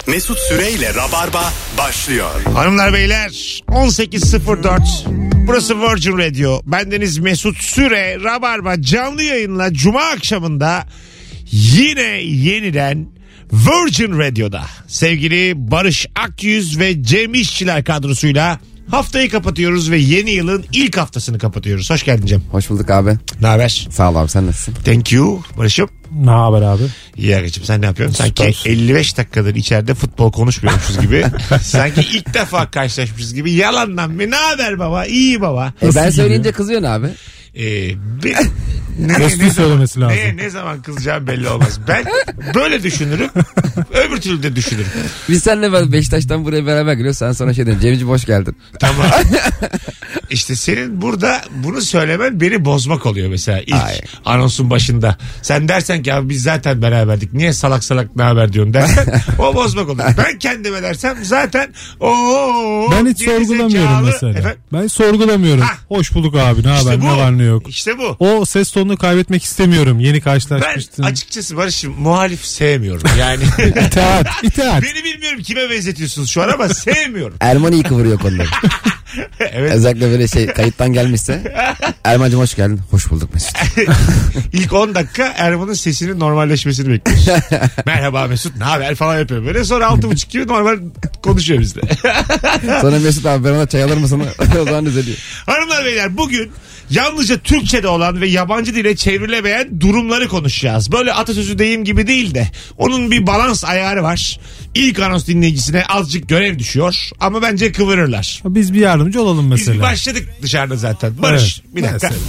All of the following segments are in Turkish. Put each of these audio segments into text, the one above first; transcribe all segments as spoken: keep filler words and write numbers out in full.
Mesut Süreyle Rabarba başlıyor. Hanımlar beyler on sekiz sıfır dört burası Virgin Radio. Bendeniz Mesut Süre. Rabarba canlı yayınla Cuma akşamında yine yeniden Virgin Radio'da sevgili Barış Akyüz ve Cem İşçiler kadrosuyla haftayı kapatıyoruz ve yeni yılın ilk haftasını kapatıyoruz. Hoş geldin Cem. Hoş bulduk abi. Ne haber? Sağ ol abi, sen nasılsın? Thank you Barış'ım. Ne haber abi? İyi Agacığım, sen ne yapıyorsun? Sanki Süper. elli beş dakikadır içeride futbol konuşmuyormuşuz gibi. Sanki ilk defa karşılaşmışız gibi. Yalandan mı? Ne haber baba? İyi baba. E ben söyleyince kızıyorsun abi. Ee, ben, ne, Mesut'un ne, söylemesi lazım. ne, ne zaman kızacağım belli olmaz. Ben böyle düşünürüm. Öbür türlü de düşünürüm. Biz seninle böyle Beşiktaş'tan buraya beraber geliyoruz. Sen sonra şey diyorsun. Cemciğim hoş geldin. Tamam. İşte senin burada bunu söylemen beni bozmak oluyor mesela ilk Ay. anonsun başında. Sen dersen ki abi biz zaten beraberdik. Niye salak salak ne haber diyorsun dersen o bozmak oluyor. Ben kendime dersem zaten ooo. Ben hiç sorgulamıyorum mesela. Efendim? Ben hiç sorgulamıyorum. Hah. Hoş bulduk abi. Ne İşte haber? bu. Ne var ne yok. İşte bu. O ses tonunu kaybetmek istemiyorum. Yeni Ben karşılaşmıştın. açıkçası Barış'ım muhalif sevmiyorum. Yani İtaat. İtaat. beni bilmiyorum kime benzetiyorsunuz şu an ama sevmiyorum. Erman iyi kıvırıyor konuları. Evet. Özellikle böyle şey kayıttan gelmişse. Erman'cığım hoş geldin. Hoş bulduk Mesut. İlk on dakika Erman'ın sesinin normalleşmesini bekliyoruz. Merhaba Mesut ne haber falan yapıyor böyle. Sonra altı buçuk gibi normal konuşuyor bizle. Sonra Mesut abi ben ona çay alır mısın? O zaman düzeliyor. Hanımlar beyler bugün yalnızca Türkçe'de olan ve yabancı dile çevrilemeyen durumları konuşacağız. Böyle atasözü deyim gibi değil de onun bir balans ayarı var. İlk anons dinleyicisine azıcık görev düşüyor ama bence kıvırırlar. Biz bir yardımcı olalım mesela. Biz başladık dışarıda zaten. Barış Evet, bir dakika. mesela.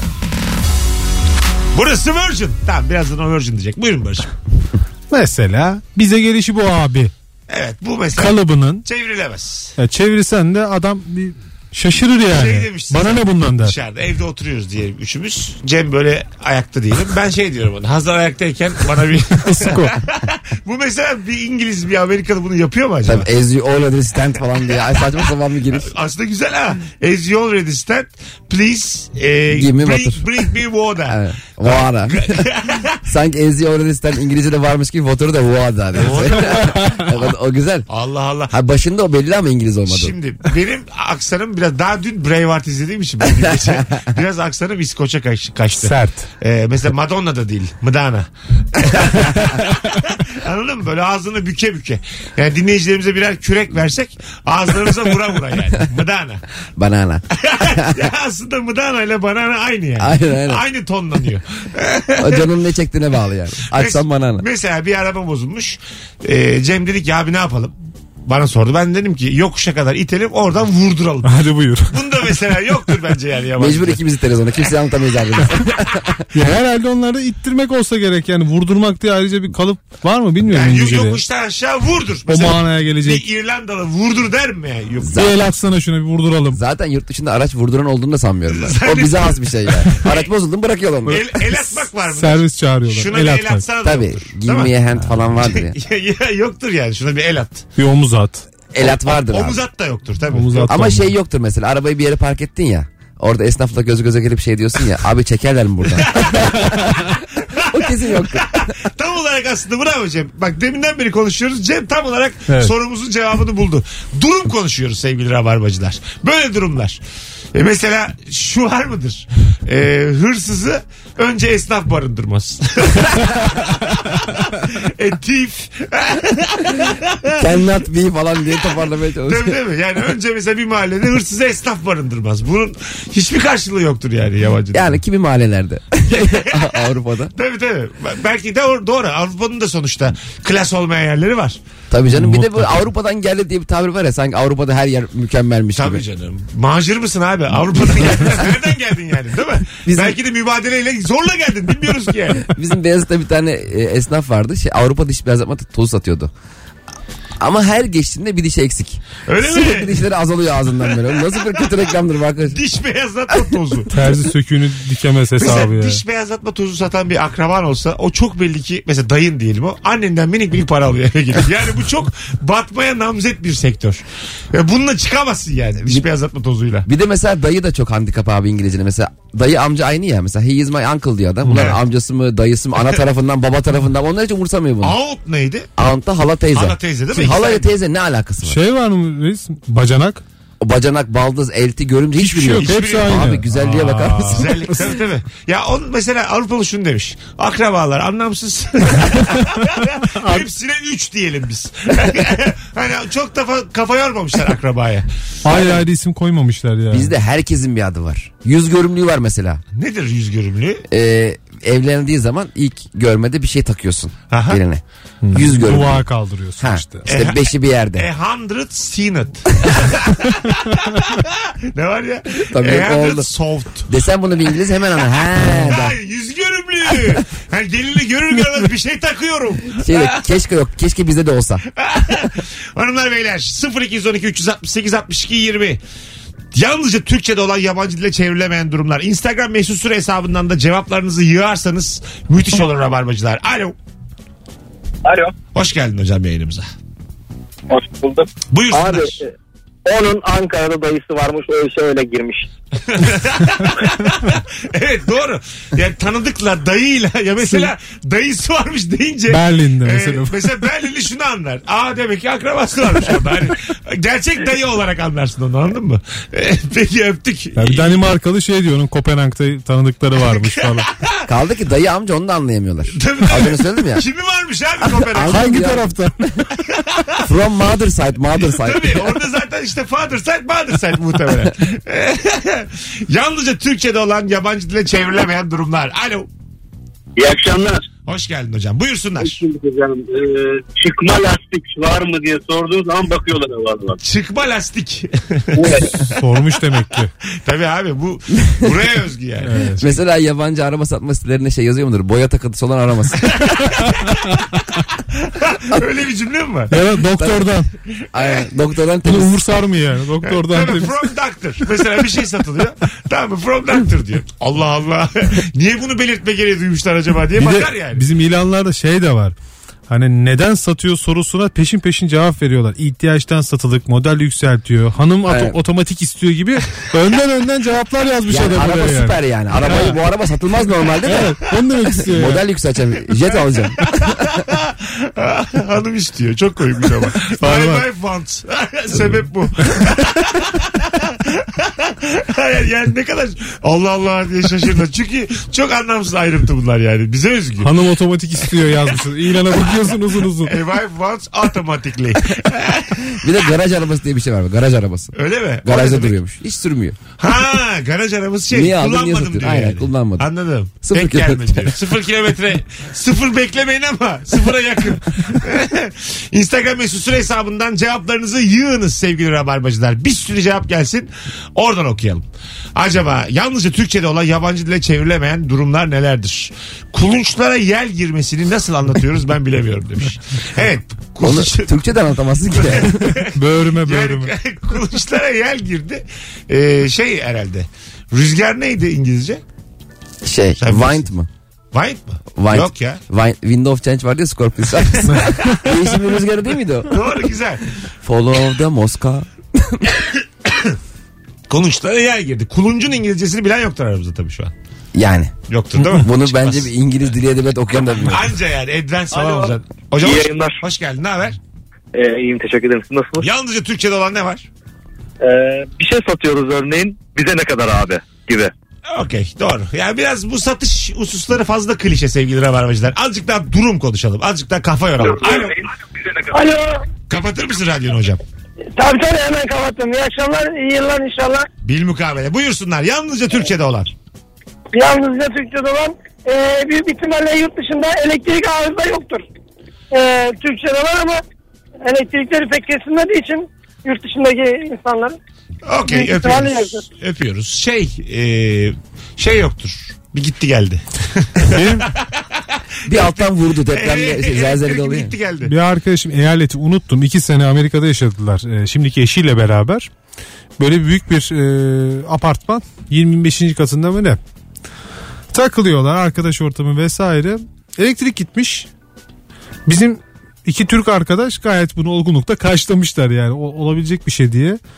Burası Virgin. Tamam birazdan o Virgin diyecek. Buyurun Barış. Mesela bize gelişi bu abi. Evet bu mesela Kalıbının. çevrilemez. Ya çevirsen de adam bir şaşırır yani. Şey demişsin Bana sen, ne bundan der. dışarıda evde oturuyoruz diyelim üçümüz. Cem böyle ayakta diyelim. Ben şey diyorum ona. Hazır ayaktayken bana bir... Bu mesela bir İngiliz bir Amerikalı bunu yapıyor mu acaba? Tabii as you already stand falan diye. Ay saçma sapan bir giriş. Aslında güzel ha. As you already stand, please e, Give me bring, water. bring me water. Evet. Vada. Sanki as you already stand İngilizce'de varmış gibi fotoğrafı da vada. Evet, o güzel. Allah Allah. Ha başında o belli ama İngiliz olmadı. Şimdi benim aksanım biraz daha dün Braveheart izlediğim için ben dün gece biraz aksanım İskoç'a kaç, kaçtı. Sert. Ee, mesela Madonna da değil. Madonna. Anladın mı? Böyle ağzını büke büke. Yani dinleyicilerimize birer kürek versek ağızlarımıza vura vura yani. Madonna. Banana. Ya aslında Madonna ile banana aynı yani. Aynen, aynen. Aynı tonlanıyor. O canın ne çektiğine bağlı yani. Açsam Mes- banana. Mesela bir araba bozulmuş. Ee, Cem dedi ki abi ne yapalım? Bana sordu. Ben dedim ki yokuşa kadar itelim oradan vurduralım. Hadi buyur. Bunda mesela yoktur bence yani yabancı. Mecbur ikimiz iteriz onu. Kimseye anlatamayız abi. Ya herhalde onlarda ittirmek olsa gerek yani. Vurdurmak diye ayrıca bir kalıp var mı bilmiyorum Yani İngilizce'de. yokuştan aşağı vurdur. O manaya gelecek. Bir İrlandalı vurdur der mi? Yani? Yok. Bir el atsana şuna bir vurduralım. Zaten yurt dışında araç vurduran olduğunu da sanmıyorum ben. O bize has bir şey yani. Araç bozuldu mu bırakıyorlar onu. El, el atmak var mı? Servis çağırıyorlar. Şuna el bir el atmak. atsana da Tabii. yoktur. Give Değil mi? me a hand falan vardır ya. ya, ya, yoktur yani. Şuna bir el at. Bir omuz at. El at vardır abi. Omuz at da yoktur tabii. Omuz at. Ama Tamam. şey yoktur mesela. Arabayı bir yere park ettin ya. Orada esnafla göz göze gelip şey diyorsun ya. Abi çekerler mi buradan? O kesin yoktur. Tam olarak aslında bravo Cem. Bak deminden beri konuşuyoruz. Cem tam olarak Evet. sorumuzun cevabını buldu. Durum konuşuyoruz sevgili rabarbacılar. Böyle durumlar. E mesela şu var mıdır? E, hırsızı önce esnaf barındırmaz. e thief. Cannot be falan diye toparlamaya çalışıyor. Tabii değil mi? Yani önce mesela bir mahallede hırsızı esnaf barındırmaz. Bunun hiçbir karşılığı yoktur yani yabancı. Yani kimi mahallelerde. Avrupa'da. Tabii tabii. Belki de or- doğru. Avrupa'nın da sonuçta klas olmayan yerleri var. Tabii canım. Bir de bu Mutlaka. Avrupa'dan geldi diye bir tabir var ya. Sanki Avrupa'da her yer mükemmelmiş Tabii gibi. canım. Macir mısın abi? Avrupa'dan geldin. Nereden geldin yani değil mi? Bizim- Belki de mübadeleyle zorla geldin. Bilmiyoruz ki yani. Bizim Beyazıt'ta bir tane e, esnaf vardı. Şey, Avrupa diş beyazlatma tozu satıyordu. Ama her geçtiğinde bir diş eksik. Öyle Sürekli mi? dişleri azalıyor ağzından böyle. Nasıl bir kötü reklamdır bu arkadaş? Diş beyazlatma tozu. Terzi söküğünü dikemez hesabı Mesela ya. diş beyazlatma tozu satan bir akraban olsa o çok belli ki mesela dayın diyelim o annenden minik minik para alıyor eve gelip. Yani bu çok batmaya namzet bir sektör. Ya bununla çıkamazsın yani diş beyazlatma tozuyla. Bir de mesela dayı da çok handikap abi İngilizce'de. Mesela dayı amca aynı ya. Mesela he is my uncle diyor adam. Bunlar Evet. amcası mı, dayısı mı, ana tarafından, baba tarafından. Onlar hiç umursamıyor bunu. Aunt neydi? Aunt da hala teyze. Hala teyze değil mi? Şimdi hala ile İkisi teyze ne alakası var? Şey var mı reis? Bacanak. O bacanak, baldız, elti görünce hiçbir şey yok. Hiçbiri Hepsi yok. aynı. Abi güzelliğe bakar mısın? Güzellik tabii tabii. Ya on mesela Avrupalı şunu demiş. Akrabalar anlamsız. Hepsine üç diyelim biz. Hani çok da fa- kafa yormamışlar akrabaya. Ayrı ayrı isim koymamışlar ya. Bizde herkesin bir adı var. Yüz görümlüğü var mesela. Nedir yüz görümlüğü? Ee, evlendiği zaman ilk görmede bir şey takıyorsun Aha. birine. Yüz görümlüğü. Duvağa kaldırıyorsun Ha, işte. işte E, beşi bir yerde. A hundred seen it. Ne var ya? Tabii, A hundred oldu. soft. Desen bunu bir İngiliz hemen anlar. Ha, der. Ay, yüz görümlüğü. Hani gelini görür görmez bir şey takıyorum. Şey de, keşke yok. Keşke bizde de olsa. Hanımlar beyler sıfır iki on iki üç altı sekiz altmış iki yirmi. Yalnızca Türkçe'de olan yabancı dile çevrilemeyen durumlar. Instagram mesut süre hesabından da cevaplarınızı yığarsanız müthiş olur rabarbacılar. Alo. Alo. Hoş geldin hocam yayınımıza. Hoş bulduk. Buyursunlar. Abi onun Ankara'da dayısı varmış, öyle şey öyle girmiş. Evet doğru. Yani tanıdıkla dayıyla ya mesela dayısı varmış deyince. Berlin'de mesela. E, mesela Berlin'li şunu anlar. Aa demek ki akrabası varmış orada. Hani gerçek dayı olarak anlarsın onu, anladın mı? E, peki öptük. Ya bir Danimarkalı şey diyor, onun Kopenhag'da tanıdıkları varmış falan. Kaldı ki dayı amca onu da anlayamıyorlar. Tabii, tabii. Adını söyledim ya. Kimi varmış abi Kopenhag'da? Hangi Ya. taraftan? From mother side, mother side. Tabii orada zaten işte father side mother side muhtemelen. Yalnızca Türkçe'de olan yabancı dile çevrilemeyen durumlar. Alo. İyi akşamlar. Hoş geldin hocam. Buyursunlar. Şimdi hocam e, çıkma lastik var mı diye sorduğun zaman bakıyorlar valla. Çıkma lastik. Sormuş demek ki. Tabii abi bu buraya özgü yani. Evet. Mesela yabancı araba satma sitelerine şey yazıyor mudur? Boya takıntısı olan aramasın. Öyle bir cümle mi var? Evet, doktordan. Aynen. Doktordan Bunu temiz. umursar mı yani? Doktordan Tabii, temiz. from doctor. Mesela bir şey satılıyor. Tamam mı? From doctor diyor. Allah Allah. Niye bunu belirtme gereği duymuşlar acaba diye Bir bakar de yani. bizim ilanlarda şey de var. Hani neden satıyor sorusuna peşin peşin cevap veriyorlar. İhtiyaçtan satılık, model yükseltiyor, hanım ato- Evet. otomatik istiyor gibi önden önden cevaplar yazmış Yani adam araba oraya yani. süper yani. Arabayı, bu araba satılmaz normalde de. Evet, onu demek istiyor. yani. Model yükselteceğim. Jet alacağım. Hanım istiyor. Çok koymuş ama. Var, My var. wife wants. Sebep bu. yani, yani ne kadar Allah Allah diye şaşırdı. Çünkü çok anlamsız ayrıntı bunlar yani. Bize özgü. Hanım otomatik istiyor yazmışsınız. İlana bakıyorsun uzun uzun. A wife wants automatically. Bir de garaj arabası diye bir şey var. Garaj arabası. Öyle mi? O ne Garajda demek? duruyormuş. Hiç sürmüyor. Ha garaj arabası şey. Niye aldın, niye kullanmadım satıyorsun? diyor Aynen, yani. kullanmadım. Anladım. Sıfır Denk kilometre. gelmedi diyor. Sıfır kilometre. Sıfır beklemeyin ama sıfıra yakın. Instagram mesut süre hesabından cevaplarınızı yığınız sevgili rabarbacılar. Bir sürü cevap gelsin. Oradan okuyalım. Acaba yalnızca Türkçe'de olan yabancı dile çevrilemeyen durumlar nelerdir? Kulunçlara yel girmesini nasıl anlatıyoruz ben bilemiyorum demiş. Evet. Onu Kulunç... Türkçeden anlatamazsın ki. Böğrüme böğrüme. Yani kulunçlara yel girdi. Ee, şey herhalde. Rüzgar neydi İngilizce? Şey, Sen Wind mı? Wind mı? Wind. Yok ya. Wind, Wind of Change vardı ya Scorpions. Değişim bir rüzgarı değil miydi o? Doğru güzel. Follow the Moscow. Kulunçlara yel girdi. Kuluncun İngilizcesini bilen yoktur aramızda tabii şu an. Yani. Yoktur değil mi? Bunu Çıkmaz. bence bir İngiliz dili edebiyat okuyan da bilmiyor. Anca yani advance falan Alo. olacaksın. Hocam İyi hoş, yayınlar. hoş geldin. Ne haber? Ee, iyiyim, teşekkür ederim. Siz nasılsınız? Yalnızca Türkçe'de olan ne var? Ee, bir şey satıyoruz örneğin. Bize ne kadar abi gibi. Okey doğru. Yani biraz bu satış hususları fazla klişe sevgili rabarbacılar. Azıcık daha durum konuşalım. Azıcık daha kafa yoralım. Alo. Alo. Kapatır mısın radyonu hocam? Tabii tabii hemen kapattım. İyi akşamlar, iyi yıllar inşallah. Bilmukabele. Buyursunlar. Yalnızca Türkçe'de olan. Yalnızca Türkçe'de olan e, büyük ihtimalle yurt dışında elektrik ağızda yoktur. E, Türkçe'de var ama elektrikleri pek kesilmediği için yurt dışındaki insanlar. Okey Büyük ihtimalle öpüyoruz. yoktur. Öpüyoruz. Şey e, şey yoktur. Bir gitti geldi. Benim Bir alttan vurdu depremde şey, zelzele Elektrik oluyor. gitti geldi. bir arkadaşım eyaleti unuttum. iki sene Amerika'da yaşadılar. Ee, şimdiki eşiyle beraber. Böyle büyük bir e, apartman. yirmi beşinci katında mı ne? Takılıyorlar, arkadaş ortamı vesaire. Elektrik gitmiş. Bizim iki Türk arkadaş gayet bunu olgunlukta karşılamışlar yani. O, olabilecek bir şey diye.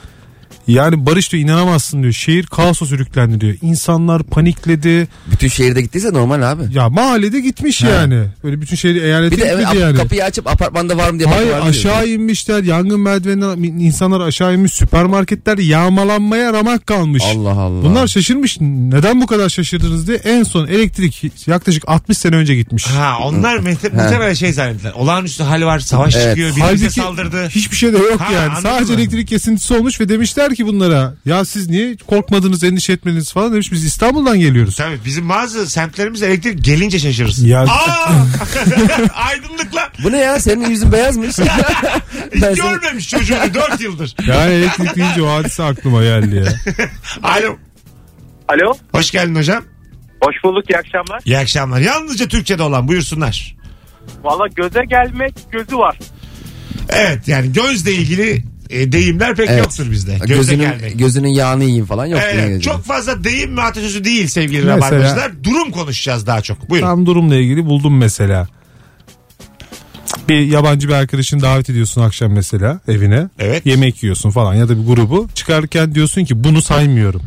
Yani Barış diyor inanamazsın diyor. Şehir kaosa sürüklendi diyor. İnsanlar panikledi. Bütün şehirde gittiyse normal abi. Ya mahallede gitmiş Ha. yani. Böyle bütün şehri eyalete Bir de gitmedi evet, yani. kapıyı açıp apartmanda var mı diye Hayır bakıyorlar aşağı diyor. inmişler. Yangın merdiveninden insanlar aşağı inmiş. Süpermarketler yağmalanmaya ramak kalmış. Allah Allah. Bunlar şaşırmış. Neden bu kadar şaşırdınız diye en son elektrik yaklaşık altmış sene önce gitmiş. Ha onlar mete- muhtemelen şey zannettiler. Olağanüstü hal var, savaş Evet. çıkıyor, biri bize Halbuki saldırdı. hiçbir şey de yok Ha, yani. anladın Sadece mı? elektrik kesintisi olmuş ve demişler ki bunlara ya siz niye korkmadınız, endişe etmediniz falan demiş. Biz İstanbul'dan geliyoruz. Tabii bizim bazı semtlerimizde elektrik gelince şaşırırsın. Ya- Aa! Aydınlık lan. Bu ne ya, senin yüzün beyazmış. Hiç Ben seni- görmemiş çocuğunu dört yıldır. Yani elektrik deyince o hadise aklıma geldi ya. Alo. Alo. Hoş geldin hocam. Hoş bulduk, iyi akşamlar. İyi akşamlar. Yalnızca Türkçe'de olan buyursunlar. Valla göze gelmek gözü var. Evet yani gözle ilgili e, deyimler pek Evet. yoktur bizde. Göze Gözünün, gelmek. gözünün yağını yiyeyim falan yok. Evet, diye çok fazla deyim mi atasözü değil sevgili Mesela- rabarbacılar. Durum konuşacağız daha çok. Buyurun. Tam durumla ilgili buldum mesela. Bir yabancı bir arkadaşını davet ediyorsun akşam mesela evine. Evet. Yemek yiyorsun falan ya da bir grubu. Çıkarken diyorsun ki bunu saymıyorum.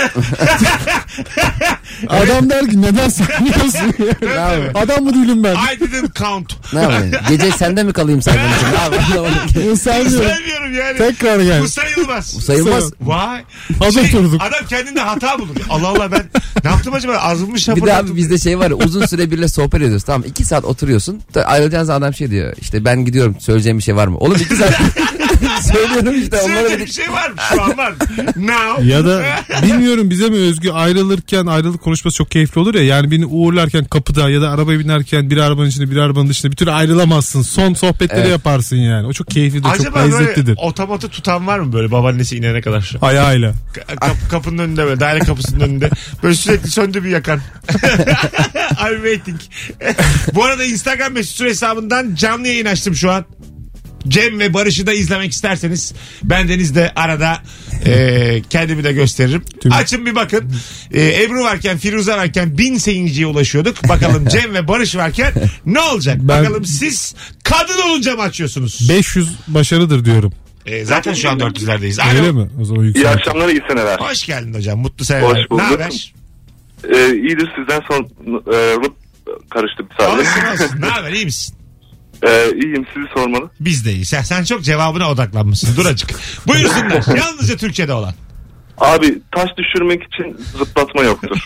Adam der ki neden saymıyorsun? yapayım? Adam mı değilim ben? I didn't count. Ne yapayım? Gece sende mi kalayım saydım için? Ne yapayım? Anlamadım ki. Bunu saymıyorum. Saymıyorum yani. Tekrar gel. Bu sayılmaz. Bu sayılmaz. Vay. Az Şey, oturduk. adam kendinde hata bulur. Allah Allah ben ne yaptım acaba? Ağzımı Bir şapırdattım. de abi bizde şey var ya, uzun süre biriyle sohbet ediyoruz. Tamam iki saat oturuyorsun. Da ayrılacağın zaman adam şey diyor. İşte ben gidiyorum, söyleyeceğim bir şey var mı? Oğlum iki saat söylüyorum işte onlara Söylediğim dedik. bir şey var mı? Şu an var. Now. Ya da bilmiyorum bize mi özgü ayrılırken ayrılık konuşması çok keyifli olur ya. Yani birini uğurlarken kapıda ya da arabaya binerken biri arabanın içinde biri arabanın dışında bir türlü ayrılamazsın. Son sohbetleri Evet. yaparsın yani. O çok keyiflidir, çok Acaba böyle lezzetlidir. otomatı tutan var mı böyle babaannesi inene kadar? Ayağıyla. Ka- kap- kapının önünde böyle daire kapısının önünde böyle sürekli söndü bir yakan. I'm waiting. Bu arada Instagram mesut süre hesabından canlı yayın açtım şu an. Cem ve Barış'ı da izlemek isterseniz bendeniz de arada e, kendimi de gösteririm. Tüm- Açın bir bakın. E, Ebru varken, Firuze varken bin seyirciye ulaşıyorduk. Bakalım Cem ve Barış varken ne olacak? Ben- Bakalım siz kadın olunca mı açıyorsunuz? beş yüz başarıdır diyorum. E, zaten şu an dört yüzlerdeyiz. Öyle Alo. mi? O zaman İyi yüksek. akşamlar, iyi seneler. Hoş geldin hocam. Mutlu seneler. Hoş bulduk. Ne haber? Ee, iyidir, sizden son e, Rup karıştı bir saniye. Olsun olsun. Ne haber? İyi misin? Ee, iyiyim, sizi sormalı. Biz de iyiyiz. Sen, sen çok cevabına odaklanmışsın. Dur azıcık. Buyursunlar. Yalnızca Türkçe'de olan. Abi taş düşürmek için zıplatma yoktur.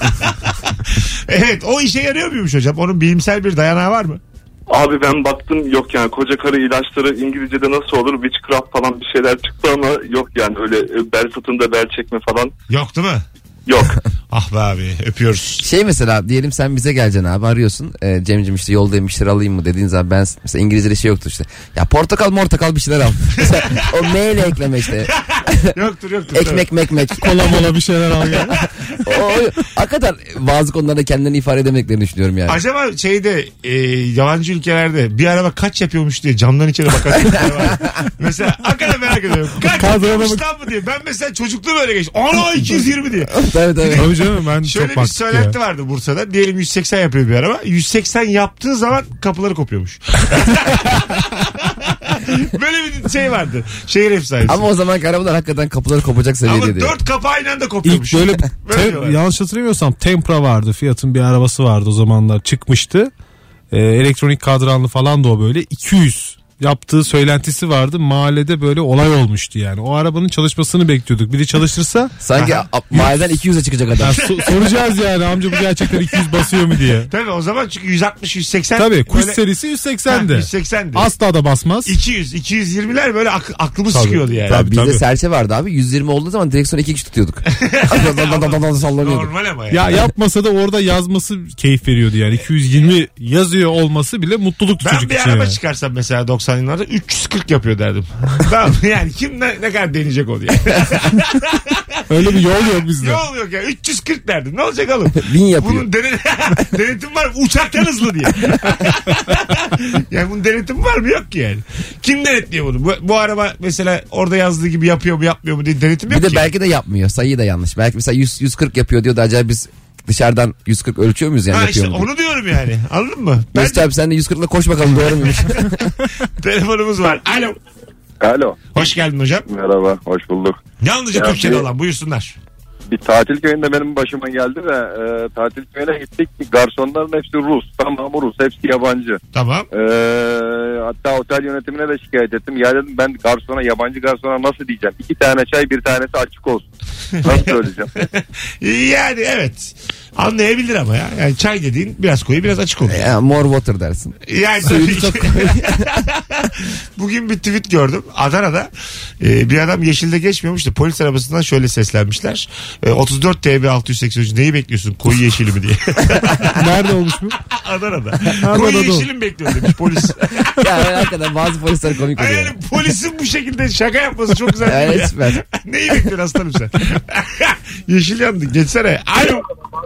Evet o işe yarıyor muymuş hocam? Onun bilimsel bir dayanağı var mı? Abi ben baktım, yok yani koca karı ilaçları İngilizce'de nasıl olur, witchcraft falan bir şeyler çıktı ama yok yani öyle e, bel fıtığında bel çekme falan Yok değil mi? yok. Ah be abi öpüyoruz. Şey mesela diyelim sen bize geleceksin abi, arıyorsun. E, Cem'cim işte yoldayım bir şeyler alayım mı dediğin zaman ben mesela İngilizce'de şey yoktur işte. Ya portakal mortakal bir şeyler al. Mesela o M ile ekleme işte. Yoktur yoktur. Ekmek mekmek. Kola mola bir şeyler al gel. o, o, hakikaten bazı konularda kendilerini ifade edemediklerini düşünüyorum yani. Acaba şeyde e, yabancı ülkelerde bir araba kaç yapıyormuş diye camdan içeri bakan tipler var. Mesela hakikaten merak ediyorum. Kaç Kadrona yapıyormuş bak- lan bu diye. Ben mesela çocukluğum öyle geçti. Ana iki yüz yirmi diye. Tabii tabii. Tabii canım ben Şöyle çok bir baktık söylenti ya. vardı Bursa'da. Diyelim yüz seksen yapıyor bir araba. yüz seksen yaptığı zaman kapıları kopuyormuş. Böyle bir şey vardı. Şehir efsanesi. Ama o zaman arabalar hakikaten kapıları kopacak Ama seviyede diyor. dört kapı aynı anda kopuyormuş. İlk böyle, Böyle te- diyorlar. yanlış hatırlamıyorsam Tempra vardı. Fiat'ın bir arabası vardı o zamanlar çıkmıştı. Ee, elektronik kadranlı falan da o böyle iki yüz yaptığı söylentisi vardı. Mahallede böyle olay olmuştu yani. O arabanın çalışmasını bekliyorduk. Biri çalıştırsa Sanki a- mahalleden iki yüze çıkacak adam. ya so- soracağız yani amca bu gerçekten iki yüz basıyor mu diye. Tabii o zaman çünkü yüz altmış yüz seksen. Tabii kuş böyle- serisi yüz seksendi. Ha, yüz seksendi. Asla da basmaz. iki yüz iki yüz yirmiler böyle ak- aklımız Tabii. çıkıyordu yani. Tabii. Bizde serçe vardı abi. yüz yirmi olduğu zaman direksiyonu iki kişi tutuyorduk. Sallanıyorduk. Normal ama Ya yani. yapmasa da orada yazması keyif veriyordu yani. iki yüz yirmi yazıyor olması bile mutluluktu Ben çocuk bir için. araba yani. çıkarsam mesela doksan yıllarda üç yüz kırk yapıyor derdim. Tamam yani kim ne, ne kadar deneyecek o diye. Öyle bir yol yok bizde. Yol yok ya üç yüz kırk derdim. Ne olacak oğlum? Bin yapıyor. Bunun dene- denetim var mı? Uçaktan hızlı diye. Yani bunun denetimi var mı? Yok ki yani. Kim denetliyor bunu? Bu, bu araba mesela orada yazdığı gibi yapıyor mu yapmıyor mu diye denetim yok Bir de ki. belki de yapmıyor. Sayıyı da yanlış. Belki mesela yüz yüz kırk yapıyor diyor da acaba biz dışarıdan yüz kırk ölçüyor muyuz yani Ha yapıyor işte mu? onu diyorum yani. Anladın mı? Ben Mesut abi sen de yüz kırkla koş bakalım doğru muymuş? telefonumuz var. Alo. Alo. Hoş geldin hocam. Merhaba, hoş bulduk. Yalnızca Ya Türkçe'de bir- olan buyursunlar. Bir tatil köyünde benim başıma geldi de e, tatil köyüne gittik. Garsonların hepsi Rus. Tamam Rus. Hepsi yabancı. Tamam. E, hatta otel yönetimine de şikayet ettim. Ya dedim ben garsona, yabancı garsona nasıl diyeceğim? İki tane çay, bir tanesi açık olsun. Nasıl söyleyeceğim? Yani evet. Anlayabilir ama ya. Yani çay dediğin biraz koyu biraz açık oluyor. Ya, more water dersin. Yani tabii ki. Bugün bir tweet gördüm. Adana'da e, bir adam yeşilde geçmiyormuş da polis arabasından şöyle seslenmişler. E, otuz dört T B altı yüz seksen üç neyi bekliyorsun? Koyu yeşili mi diye. Nerede olmuş bu? Adana'da. Koyu yeşili mi bekliyorsun demiş polis. Yani hakikaten bazı polisler komik oluyor. Yani polisin bu şekilde şaka yapması çok güzel değil mi Evet, ya? süper. Neyi bekliyorsun aslanım sen? Yeşil yandı. Geçsene. Alo.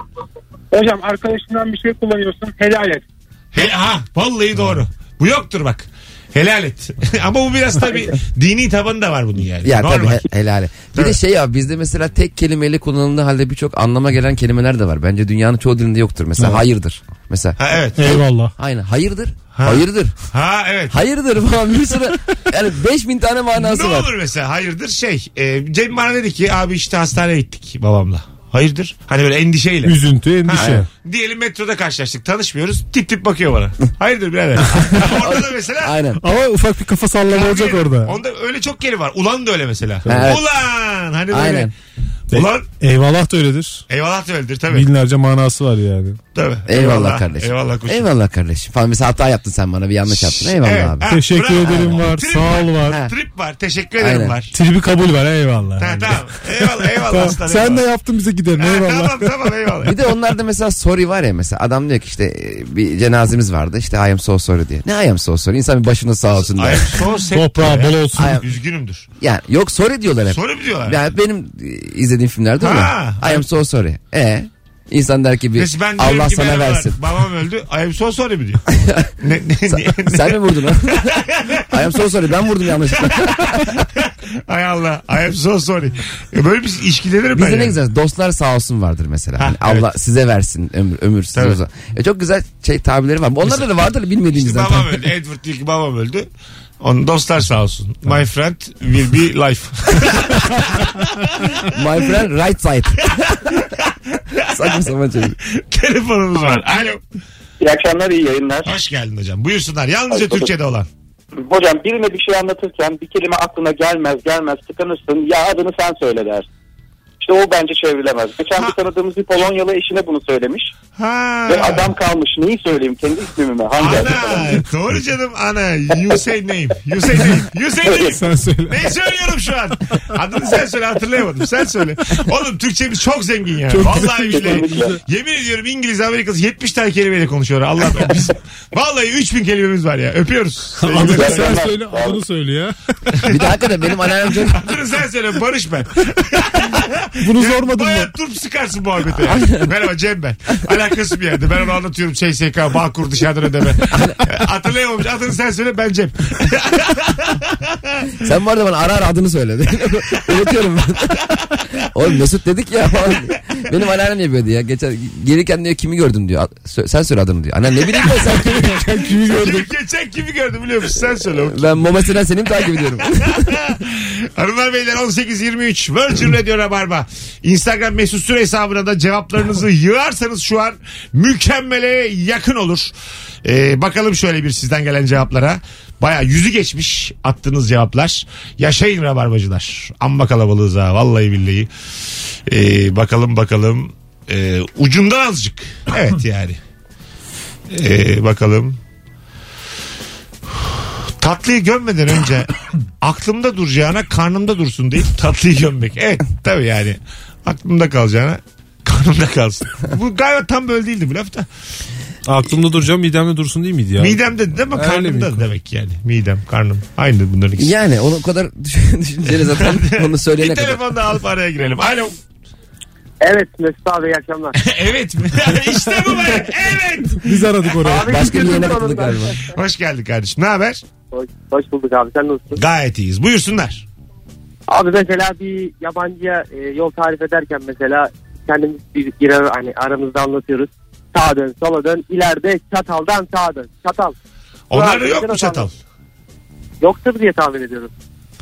Hocam arkadaşından bir şey kullanıyorsun, helal et. He, ha, vallahi doğru. Bu yoktur bak. Helal et. Ama bu biraz tabii dini tabanı da var bunun yani. Ya Normal. tabii he- helali. Bir Tabii. de şey ya bizde mesela tek kelimeyle kullanıldığı halde birçok anlama gelen kelimeler de var. Bence dünyanın çoğu dilinde yoktur. Mesela hayırdır. Mesela. Ha evet. Eyvallah. Aynen hayırdır. Ha. Hayırdır. Ha evet. Hayırdır falan bir sürü yani beş bin tane manası Ne var. olur mesela hayırdır şey. E, Cem bana dedi ki abi işte hastaneye gittik babamla. Hayırdır? Hani böyle endişeyle. Üzüntü, endişe. Ha, diyelim metroda karşılaştık tanışmıyoruz tip tip bakıyor bana. Hayırdır birader. Orada da mesela. Aynen. Ama ufak bir kafa sallama olacak orada. Onda öyle çok kelime var. Ulan da öyle mesela. Evet. Ulan. Hani böyle. Aynen. Ulan. Eyvallah da öyledir. Eyvallah da öyledir tabii. Binlerce manası var yani. Tabii. Eyvallah kardeşim. Eyvallah koçum. Eyvallah kardeşim. Falan mesela hata yaptın sen bana bir yanlış yaptın. Eyvallah Evet. abi. Ha, Teşekkür bravo. ederim var, Trip sağ ol var. Ha. Trip var. Teşekkür ederim Aynen. var. Tribi kabul var, eyvallah. Ha, tamam. Eyvallah eyvallah Tamam, aslan. sen de eyvallah. yaptın bize gidelim, Ha, eyvallah. tamam tamam eyvallah. Bir de onlarda mesela sorry var ya mesela adam diyor ki işte e, bir cenazemiz vardı işte I am so sorry diye. Ne I am so sorry? İnsan bir başına sağ olsun der. Ay, son set Toprağı ya. bol olsun. Ay- Üzgünümdür. Yani yok sorry diyorlar hep. Sorry mi diyorlar? Yani benim e, izlediğim filmlerde öyle. Ha. I am so sorry. E insan der ki bir Mesela ben diyorum Allah ki sana merhabalar, versin. babam öldü. I am so sorry mi diyor? ne, ne, Sen, ne, sen mi vurdun o? I am so sorry ben vurdum yanlışlıkla. Ay Allah. I am so sorry. E, Böyle bir ilişkilerim ben. Bizde ne yani. güzel dostlar sağ olsun vardır mesela. Ha, Hani Allah evet. size versin ömür, ömür size Tabii. uzun. E, çok güzel şey tabirleri var. Onlarda da vardır da İşte bilmediğimizden. babam öldü. Edward diyor ki babam öldü. Onun dostlar sağ olsun. My friend will be life. My friend right side. Saçma sapan şey. Telefonumuz var. Alo. İyi akşamlar, iyi yayınlar. Hoş geldin hocam. Buyursunlar. Yalnızca Türkçe'de olan. Hocam birine bir şey anlatırken bir kelime aklına gelmez gelmez tıkanırsın, ya adını sen söyle der. İşte o bence çevrilemez. Geçen Ha. bir tanıdığımız bir Polonyalı eşine bunu söylemiş. Ha. Ve adam kalmış, neyi söyleyeyim, kendi ismimi mi? Hangi adı falan. Ana. Doğru canım ana. You say name. You say name. You say name. Sen söyle. Ne söylüyorum şu an? Adını sen söyle hatırlayamadım. Sen söyle. Oğlum Türkçemiz çok zengin ya. Vallahi billahi. Yemin ediyorum İngiliz, Amerikası yetmiş tane kelimeyle konuşuyorlar. Allah biz vallahi üç bin kelimemiz var ya. Öpüyoruz. Adını sen Eyvallah. söyle, adını söyle ya. Bir de hakikaten benim anneannem çok... Adını sen söyle Barış ben. Bunu sormadın mı? Baya turp sıkarsın muhabbete. Merhaba Cem ben. Alakası bir yerde. Ben onu anlatıyorum. S S K, Bağkur dışarıdan ödeme. Hatırlayamamış. Adını sen söyle ben Cem. Sen bu arada bana ara ara adını söyle. Unutuyorum ben. Oğlum Mesut dedik ya falan. Benim anneannem yapıyordu ya. Geçen gelirken diyor kimi gördün diyor. Sö- Sen söyle adını diyor. Anne ne bileyim ben sen kimi, sen kimi gördün. Geçen kimi gördüm biliyor musun? Sen söyle. Ben Momes'den seni mi takip ediyorum? Hanımlar beyler on sekiz yirmi üç Virgin Radio Rabarba. Instagram mesut süre hesabına da cevaplarınızı yığarsanız şu an mükemmele yakın olur. Ee, bakalım şöyle bir sizden gelen cevaplara. Baya yüzü geçmiş attığınız cevaplar. Yaşayın Rabarbacılar. Amma kalabalığız ha vallahi billahi. Ee, bakalım bakalım. Ee, ucundan azıcık. Evet yani. Ee, bakalım. Tatlıyı gömmeden önce aklımda duracağına karnımda dursun deyip tatlıyı gömmek. Evet tabii yani aklımda kalacağına karnımda kalsın. Bu galiba tam böyle değildi bu laf da. Aklımda duracağım, midemde dursun değil miydi ya? Midemde dedi ama Öyle karnımda mi? demek yani. Midem, karnım. Aynı bunların ikisi. Yani onu o kadar düşün- düşünceli zaten onu Bir söyleyene kadar. telefon da alıp araya girelim. Alo. Evet Mesut abi iyi akşamlar. Evet mi? İşte bu be. Evet. Biz aradık oraya. Abi, Başka bir güldüm yerine sonunda. katıldık galiba. Hoş geldin kardeşim. Ne haber? Hoş, hoş bulduk abi, sen nasılsın? Gayet iyiyiz. Buyursunlar. Abi mesela bir yabancıya e, yol tarif ederken mesela kendimiz bir, bir ara, hani aramızda anlatıyoruz. Sağa dön, sola dön, ileride çataldan sağa dön. Çatal. Onlarda Abi, yok mu nasıl çatal? anlat- Yoktur diye tahmin ediyorum.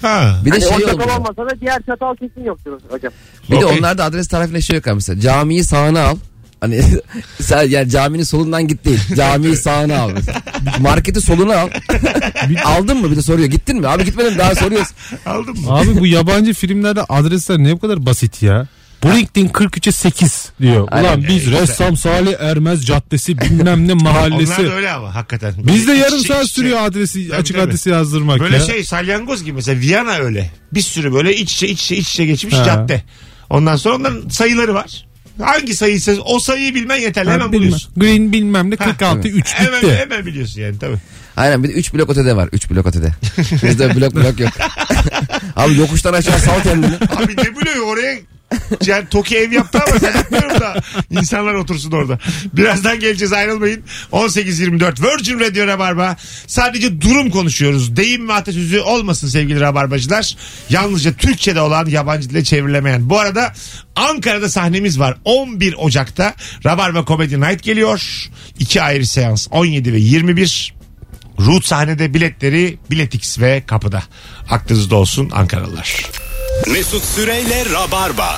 Ha. Bir de Hani şey o çatal oluyor. olmasa da diğer çatal kesin yoktur hocam. Bir de Okey. onlarda adres tarifinde şey yok abi mesela. Camiyi sağına al. Hani sen yani caminin solundan git değil. Camiyi sağına al mesela. Marketi soluna al. Aldın mı? Bir de soruyor. Gittin mi? Abi gitmedim, daha soruyorsun. Aldın mı? Abi bu yabancı filmlerde adresler ne bu kadar basit ya. Brooklyn kırk üçe sekiz diyor. Aynen. Ulan biz E, Ressam Salih Ermez Caddesi bilmem ne mahallesi. Onlar da öyle ama hakikaten. Bizde Böyle yarım iç- saat iç- sürüyor adresi, Tabii, açık tabii. adresi yazdırmak Böyle ya. şey salyangoz gibi mesela Viyana öyle. Bir sürü böyle iç içe iç içe iç içe geçmiş Ha. cadde. Ondan sonra onların sayıları var. Hangi sayıysa o sayıyı bilmen yeterli, Ha, hemen bilmem. buluyorsun. Green bilmem ne kırk altı üç Hemen, bitti. hemen biliyorsun yani tabii. Aynen, bir de üç blok ötede var. üç blok ötede. Bizde blok blok yok. Abi yokuştan aşağı sal kendini. Abi ne biliyor oraya yani Toki ev yaptı ama ben bilmiyorum da insanlar otursun orada. Birazdan geleceğiz, ayrılmayın. on sekiz yirmi dört Virgin Radio Rabarba. Sadece durum konuşuyoruz. Deyim ve atasözü olmasın sevgili Rabarbacılar. Yalnızca Türkçe'de olan, yabancı dile çevrilemeyen. Bu arada Ankara'da sahnemiz var. on bir Ocak'ta Rabarba Comedy Night geliyor. İki ayrı seans, on yedi ve yirmi bir. Root sahnede, biletleri Biletix ve kapıda. Aklınızda olsun Ankaralılar. Mesut Süreyle Rabarba.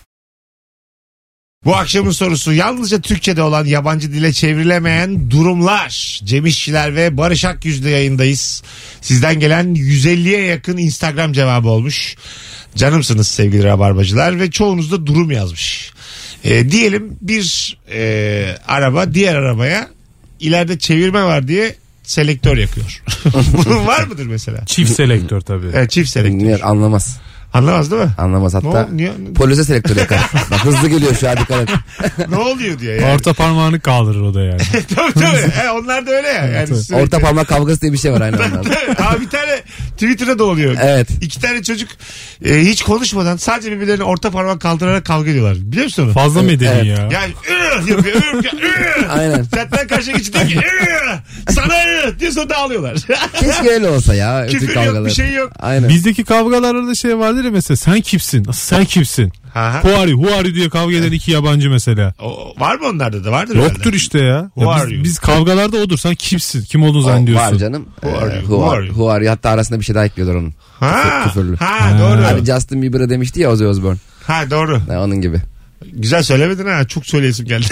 Bu akşamın sorusu, yalnızca Türkçe'de olan, yabancı dile çevrilemeyen durumlar. Cem İşçiler ve Barış Akyüz'le yayındayız. Sizden gelen yüz elliye yakın Instagram cevabı olmuş. Canımsınız sevgili Rabarbacılar ve çoğunuz da durum yazmış. E, diyelim bir e, araba diğer arabaya ileride çevirme var diye selektör yakıyor. Bunun var mıdır mesela? Çift selektör tabii. Evet, çift selektör. Niye, anlamaz. Anlamaz değil mi? Anlamaz Ne hatta. ol- niye- Polise selektör yakar. Bak hızlı geliyor şu an, dikkat et. Ne oluyor diye yani. Orta parmağını kaldırır o da yani. tabii tabii. He, onlar da öyle ya. Yani tabii. sürekli- Orta parmak kavgası diye bir şey var aynı anda. Abi bir tane Twitter'da da oluyor. Evet. İki tane çocuk e, hiç konuşmadan sadece birbirlerine orta parmak kaldırarak kavga ediyorlar. Biliyor musun onu? Fazla medeni Evet. ya. Yani ıh yapıyor. ıh, ıh. Aynen. Zaten karşıya geçti diyor ki ıh, sana ıh diye sonra dağılıyorlar. Keşke öyle olsa ya. öteki Küfür yok, kavgalar. bir şey yok. Aynen. Bizdeki kavgalarda da şey vardır ya, mesela sen kimsin? Nasıl sen kimsin? Aha. Who are you? Who are you diye kavga eden iki yabancı mesela. O, var mı onlarda da? Vardır Yoktur herhalde. işte ya. Who ya are biz, you? biz kavgalarda odur. Sen kimsin? Kim olduğunu O zannediyorsun. var canım. Who are you? Ee, Who Who are are you? who are you? Hatta arasında bir şey daha ekliyorlar onun. Ha, Küfürlü. ha doğru. Hani Justin Bieber'a demişti ya Ozzy Osbourne. Ha doğru. Ha, onun gibi. Güzel söylemedin ha. Çok söyleyesim geldi.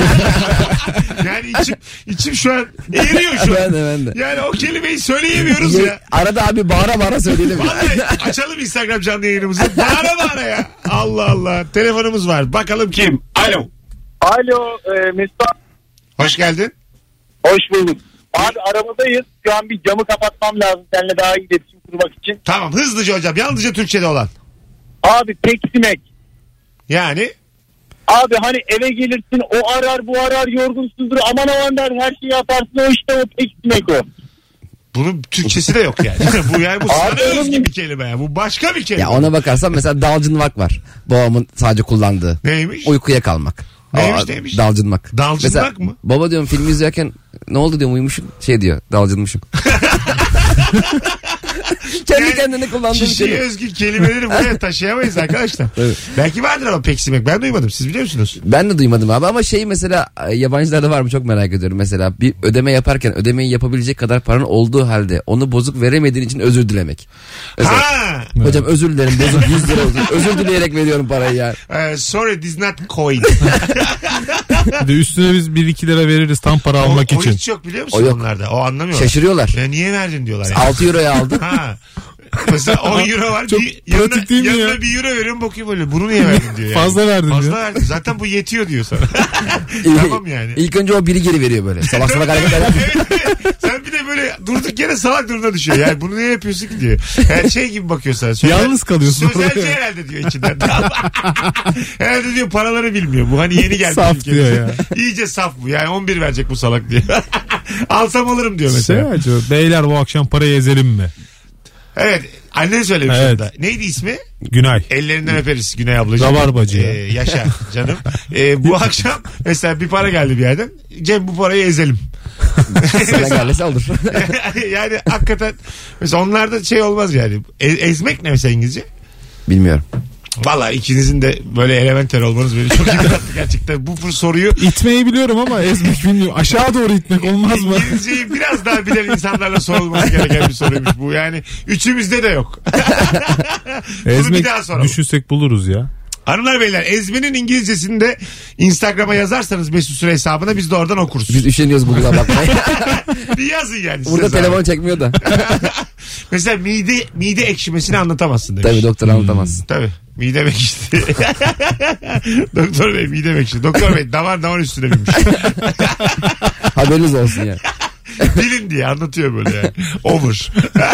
yani içim, içim şu an eriyor şu an. Ben de ben de. Yani o kelimeyi söyleyemiyoruz Ye- ya. Arada abi bağıra bağıra söyleyelim. Vallahi açalım Instagram canlı yayınımızı. Bağıra bağıra ya. Allah Allah. Telefonumuz var. Bakalım kim? Alo. Alo e, Mesut abi, Hoş geldin. hoş bulduk. Abi arabadayız. Şu an bir camı kapatmam lazım seninle daha iyi iletişim kurmak için. Tamam, hızlıca hocam. Yalnızca Türkçe'de olan. Abi peksimek. Yani Abi hani eve gelirsin o arar bu arar yorgunsuzdur aman aman der her şeyi yaparsın o işte o peksimek o. bunun Türkçesi de yok yani. bu yani bu sana Abi, özgü bir kelime ya. Bu başka bir kelime. Ya ona bakarsan mesela dalcınmak var. Babamın sadece kullandığı. Neymiş? Uykuya kalmak. Neymiş, Aa, neymiş? Dalcınmak. Dalcınmak Mesela, mı? Baba diyorum film izlerken ne oldu diyorum, uyumuşum. Şey diyor, dalcınmışım. Kendi Yani kendine kullandığım bir Kişiye kelime. özgü kelimeleri buraya taşıyamayız arkadaşlar. Evet. Belki vardır ama peksimek. Ben duymadım. Siz biliyor musunuz? Ben de duymadım abi ama şey mesela e, yabancılarda var mı çok merak ediyorum. Mesela bir ödeme yaparken ödemeyi yapabilecek kadar paran olduğu halde onu bozuk veremediğin için özür dilemek. Mesela, Ha. hocam özür dilerim bozuk yüz lira oldu. Özür dileyerek veriyorum parayı ya. Ee, sorry this not coin. Bir de üstüne biz bir iki lira veririz tam para o, almak o için. hiç yok biliyor musun O yok. onlarda? O anlamıyorlar. Şaşırıyorlar. Ya niye verdin diyorlar yani. altı euroya aldım. Ha. Mesela on euro var. Çok bir, yanına, pratik değil mi yanına ya? bir euro veriyorum bakayım böyle. Bunu niye verdin diyor yani. Fazla verdin Fazla diyor. verdin. Zaten bu yetiyor diyor sana. Tamam yani. İlk önce o biri geri veriyor böyle. Salak salak hareketler yapıyor. Evet, evet. Sen bir de böyle durduk yere salak durumuna düşüyor. Yani bunu niye yapıyorsun ki diyor. Yani şey gibi bakıyor sana. Sözel, Yalnız kalıyorsun Sözelce orada. herhalde diyor içinden. Herhalde diyor paraları bilmiyor. Bu hani yeni geldi. Saf ülkeye. diyor ya. İyice saf bu. Yani on bir verecek bu salak diyor. Alsam alırım diyor Şey mesela. acaba, beyler bu akşam parayı ezelim mi? Evet. Annen söylemiş Evet. orada. Neydi ismi? Günay. Ellerinden öperiz Güney ablacığım. Rabarbacı ya. Ee, yaşa canım. Ee, bu akşam mesela bir para geldi bir yerden. Cem bu parayı ezelim. Sana gelirse olur. Yani hakikaten mesela onlarda şey olmaz yani. E- ezmek ne mesela İngilizce? Bilmiyorum. Valla ikinizin de böyle elementer olmanız beni çok yıprattı gerçekten. Bu soruyu İtmeyi biliyorum ama ezmek bilmiyorum. Aşağı doğru itmek olmaz mı? İngilizceyi biraz daha bilen insanlarla sorulması gereken bir soruymuş bu. Yani üçümüzde de yok. Bunu Ezmek bir daha soralım. düşünsek buluruz ya. Hanımlar beyler, ezmenin İngilizcesini de Instagram'a yazarsanız Mesut Süre hesabına biz de oradan okuruz. Biz üşeniyoruz Google'a bakmaya. Bir yazın yani. Burada telefon çekmiyor da. Mesela mide mide ekşimesini anlatamazsın demiş. Tabii doktor anlatamazsın. Tabii. Midem ekşidi. Doktor bey midem ekşidi. Doktor bey damar damar üstüne binmiş. Haberiniz olsun ya. Bilin diye anlatıyor böyle yani. Over.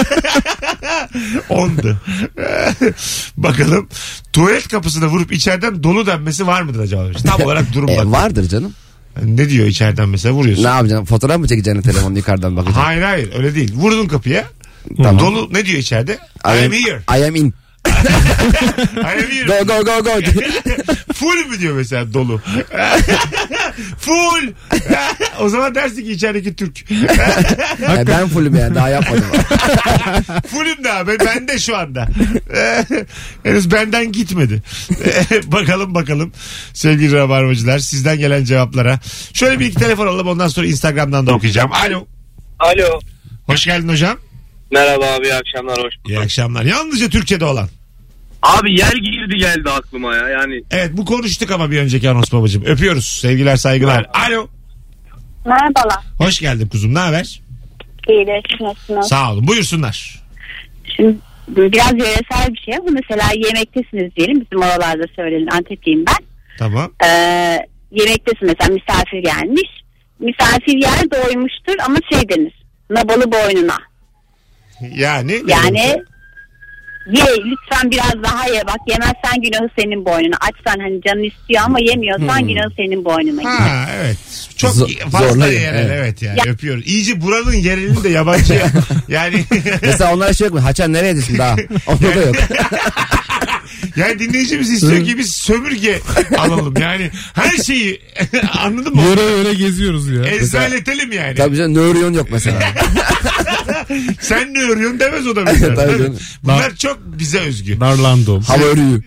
Ondu. Bakalım tuvalet kapısına vurup içeriden dolu denmesi var mıdır acaba? Tam olarak durum E, bak. vardır canım. Ne diyor içeriden mesela vuruyorsun? Ne yapacaksın? Fotoğraf mı çekeceksin telefonunu yukarıdan bakacaksın? Hayır hayır öyle değil. Vurdun kapıya. Tamam. Dolu ne diyor içeride? I, I am here. I am in. I am here. Go go go go. Full mü diyor mesela dolu? Full. O zaman dersin ki içerideki Türk. Ya ben fullüm yani daha yapmadım. Fullüm de abi. Ben de şu anda. Henüz benden gitmedi. Bakalım bakalım sevgili rabarbacılar sizden gelen cevaplara. Şöyle bir iki telefon alalım ondan sonra Instagram'dan da okuyacağım. Alo. Alo. Hoş geldin hocam. Merhaba abi, iyi akşamlar, hoş bulduk. İyi akşamlar. Yalnızca Türkçe'de olan. Abi yer girdi geldi aklıma ya yani. Evet bu konuştuk ama bir önceki anons babacığım. Öpüyoruz. Sevgiler saygılar. Alo. Merhabalar. Hoş geldin kuzum. Ne haber? İyidir. Nasılsınız? Sağ olun. Buyursunlar. Şimdi biraz yöresel bir şey ama mesela yemektesiniz diyelim. Bizim oralarda söylenin. Antepliyim ben. Tamam. Ee, yemektesin mesela misafir gelmiş. Misafir yer doymuştur ama şey denir. Nabalı boynuna. Yani. Yani ye lütfen biraz daha ye. Bak yemezsen günahı senin boynuna. Açsan hani canın istiyor ama yemiyorsan hmm. günahı senin boynuna. Ha gibi. evet. Çok Z- fazla zorlayın, yerel evet, evet yani ya. öpüyoruz. İyice buranın yerelini de yabancı yani. Mesela onlara şey yok mu? Haçan nereye düştün daha? Onda da yok. Yani dinleyicimiz istiyor ki biz sömürge alalım. Yani her şeyi anladın mı? Yöre yöre geziyoruz ya. Ezberletelim yani. Tabii canım nöriyon yok mesela. Sen ne örüyorsun demez o da mesela. Tabii canım. Bunlar çok bize özgü. Darlandım. Hava örüyü.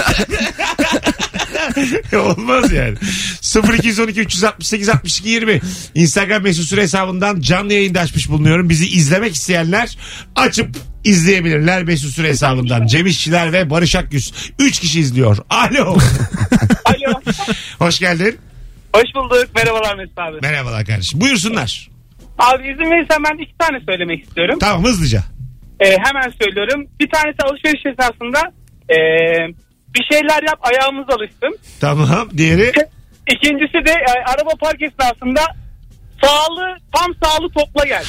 Olmaz yani. sıfır iki on iki üç altı sekiz altmış iki yirmi Instagram Mesut Süre hesabından canlı yayında açmış bulunuyorum. Bizi izlemek isteyenler açıp izleyebilirler Mesut Süre hesabından. Cem İşçiler ve Barış Akgüz. Üç kişi izliyor. Alo. Alo. Hoş geldin. Hoş bulduk. Merhabalar Mesut abi. Merhabalar kardeşim. Buyursunlar. Abi izin verirsen ben iki tane söylemek istiyorum. Tamam hızlıca. Ee, hemen söylüyorum. Bir tanesi alışveriş esnasında ee, bir şeyler yap ayağımız alışsın. Tamam. Diğeri? İkincisi de e, araba park esnasında sağlı tam sağlı topla gel.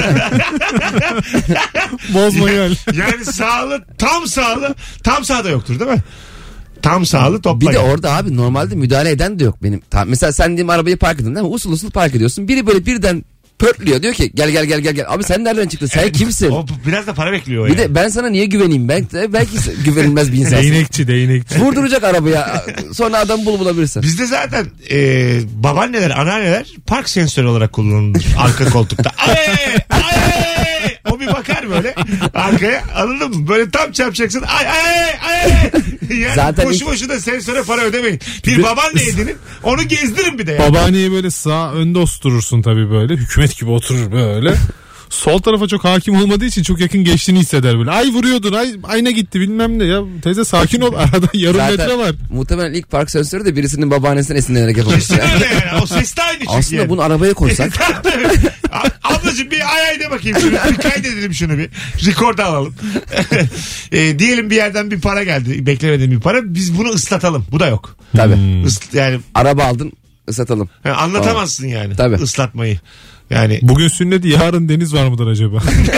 Bozma gel. Yani sağlı tam sağlı tam sağda yoktur değil mi? Tam sağlı topla. Bir de gel. orada abi normalde müdahale eden de yok benim. Tamam, mesela sen diyeyim arabayı park edin değil mi? Usul usul park ediyorsun. Biri böyle birden pörtlüyor diyor ki gel gel gel gel gel. Abi sen nereden çıktın? Sen Evet, kimsin? O biraz da para bekliyor o Bir yani. de ben sana niye güveneyim? Ben belki güvenilmez bir insansın. Değnekçi değnekçi. Vurduracak arabaya. Sonra adam bul bulabilirsin. Bizde zaten e, babaanneler, anneanneler park sensörü olarak kullanılır arka koltukta. Ay, ay, o bir bakar böyle arkaya, anladın mı? Böyle tam çarpacaksın. Ay ay ay. Yani Zaten boşu ilk- boşuna sensöre para ödemeyin. Bir babaanne edinin, onu gezdirin bir de yani. Babaanneyi böyle sağ önde osturursun tabii böyle. Hükümet gibi oturur böyle. Sol tarafa çok hakim olmadığı için çok yakın geçtiğini hisseder böyle. Ay vuruyordun, ay ayna gitti bilmem ne ya. Teyze sakin ol, arada yarım Zaten metre var. muhtemelen ilk park sensörü de birisinin babaannesinden esinlenerek yapılmış. Kesin öyle yani. O ses de aynı çünkü. Aslında yani. bunu arabaya koysak. A- Ablacığım bir ay ay de bakayım şunu. Bir kaydedelim şunu bir. Rekorda alalım. e, diyelim bir yerden bir para geldi. Beklemediğim bir para. Biz bunu ıslatalım. Bu da yok. Tabii. Isl- yani Araba aldın ıslatalım. ha, anlatamazsın yani. Tabii. Islatmayı. Yani Bugün sünnet yarın deniz var mıdır acaba?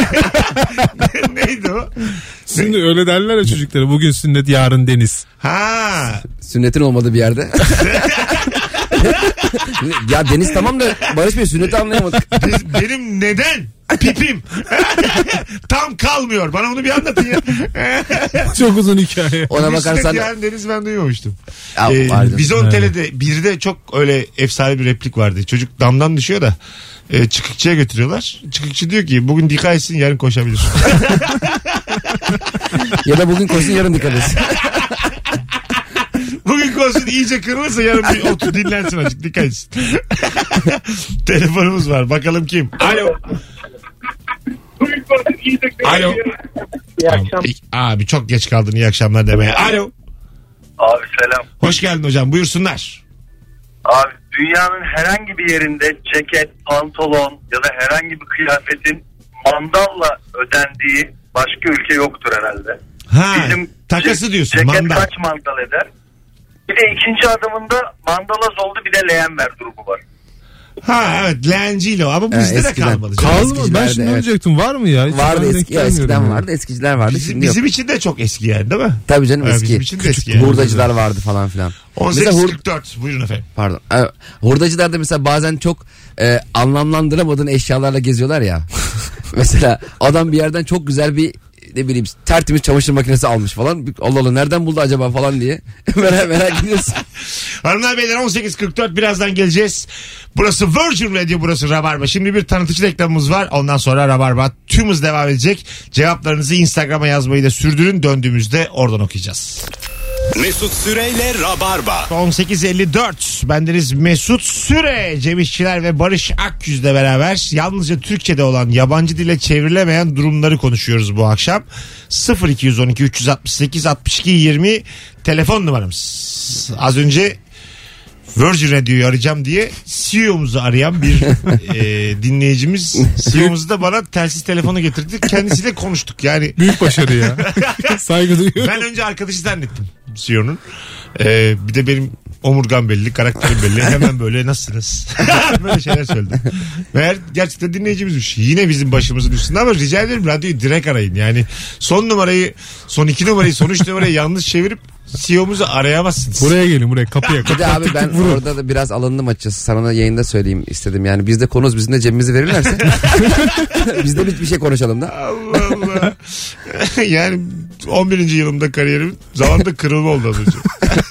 neydi o? Şimdi öyle derler ya çocuklara. Bugün sünnet yarın deniz. Ha. Sünnetin olmadığı bir yerde. Ya deniz tamam da Barış Bey sünneti anlayamadık. Biz- benim neden? Pipim. Tam kalmıyor. Bana onu bir anlatın ya. Çok uzun hikaye. Ona Bir bakarsan sünnet yarın deniz ben duymamıştım. Ya, Ee, vardı. Bizon Evet. Tele'de bir de çok öyle efsane bir replik vardı. Çocuk damdan düşüyor da e, çıkıkçıya götürüyorlar. Çıkıkçı diyor ki bugün dikkat etsin yarın koşabilir. ya da bugün koşsun yarın dikkat etsin. basın iyice kırılırsa yarın bir otur dinlensin azıcık. Dikkat etsin. Telefonumuz var. Bakalım kim? Alo. Alo. İyi akşamlar. Abi çok geç kaldın. İyi akşamlar demeye. Alo. Abi selam. Hoş geldin hocam. Buyursunlar. Abi dünyanın herhangi bir yerinde ceket, pantolon ya da herhangi bir kıyafetin mandalla ödendiği başka ülke yoktur herhalde. Ha, Bizim takası diyorsun. Ceket Mandal. kaç mandal eder? Bir de ikinci adımında mandalaz oldu, bir de leğenber durumu var. Ha evet, leğenciyle o ama bizde Ha, de eskiden. kalmadı. Kal- canım. Kaldı mı? Ben Eskicilerde, şimdi evet. diyecektim, var mı ya? Hiç Vardı ben denk eski, ya gelmiyorum eskiden ya. vardı, eskiciler vardı, Bizim, şimdi yok. bizim için de çok eski yani değil mi? Tabii canım Ha, eski. bizim için de Küçük eski yani. hurdacılar vardı falan filan. on Mesela sekiz hur- kırk dört buyurun efendim. Pardon. Ee, Hurdacılarda mesela bazen çok e, anlamlandıramadığın eşyalarla geziyorlar ya. Mesela adam bir yerden çok güzel bir ne bileyim tertemiz çamaşır makinesi almış falan. Allah Allah nereden buldu acaba falan diye. merak, merak ediyorsun. Hanımlar beyler on sekiz kırk dört birazdan geleceğiz. Burası Virgin Radio, burası Rabarba. Şimdi bir tanıtıcı reklamımız var. Ondan sonra Rabarba tüm hız devam edecek. Cevaplarınızı Instagram'a yazmayı da sürdürün. Döndüğümüzde oradan okuyacağız. Mesut Süreyle Rabarba. on sekiz elli dört bendeniz Mesut Süre, Cem İşçiler ve Barış Akyüz'le beraber yalnızca Türkçe'de olan, yabancı dile çevrilemeyen durumları konuşuyoruz bu akşam. sıfır iki on iki üç altı sekiz altmış iki yirmi telefon numaramız. Az önce Virgin Radio'yu arayacağım diye C E O'muzu arayan bir e, dinleyicimiz, C E O'muz da bana telsiz telefonu getirdi. Kendisiyle konuştuk yani. Büyük başarı ya. Saygı duyuyorum. Ben önce arkadaşı zannettim C E O'nun. Ee, bir de benim omurgam belli, karakterim belli. Hemen böyle nasılsınız? Böyle şeyler söyledim. Meğer gerçekten dinleyicimizmiş. Yine bizim başımızın üstünde ama rica ederim radyoyu direkt arayın. Yani son numarayı, son iki numarayı, son üç numarayı yanlış çevirip C E O'muzu arayamazsınız. Buraya gelin, buraya kapıya. Bir de abi ben orada da biraz alındım açıkçası. Sana da yayında söyleyeyim istedim. Yani biz de konumuz, bizim de cebimizi verirlerse. biz de bir, bir şey konuşalım da. Allah Allah. Yani on birinci yılımda kariyerimin zamanında kırılma oldu az önce.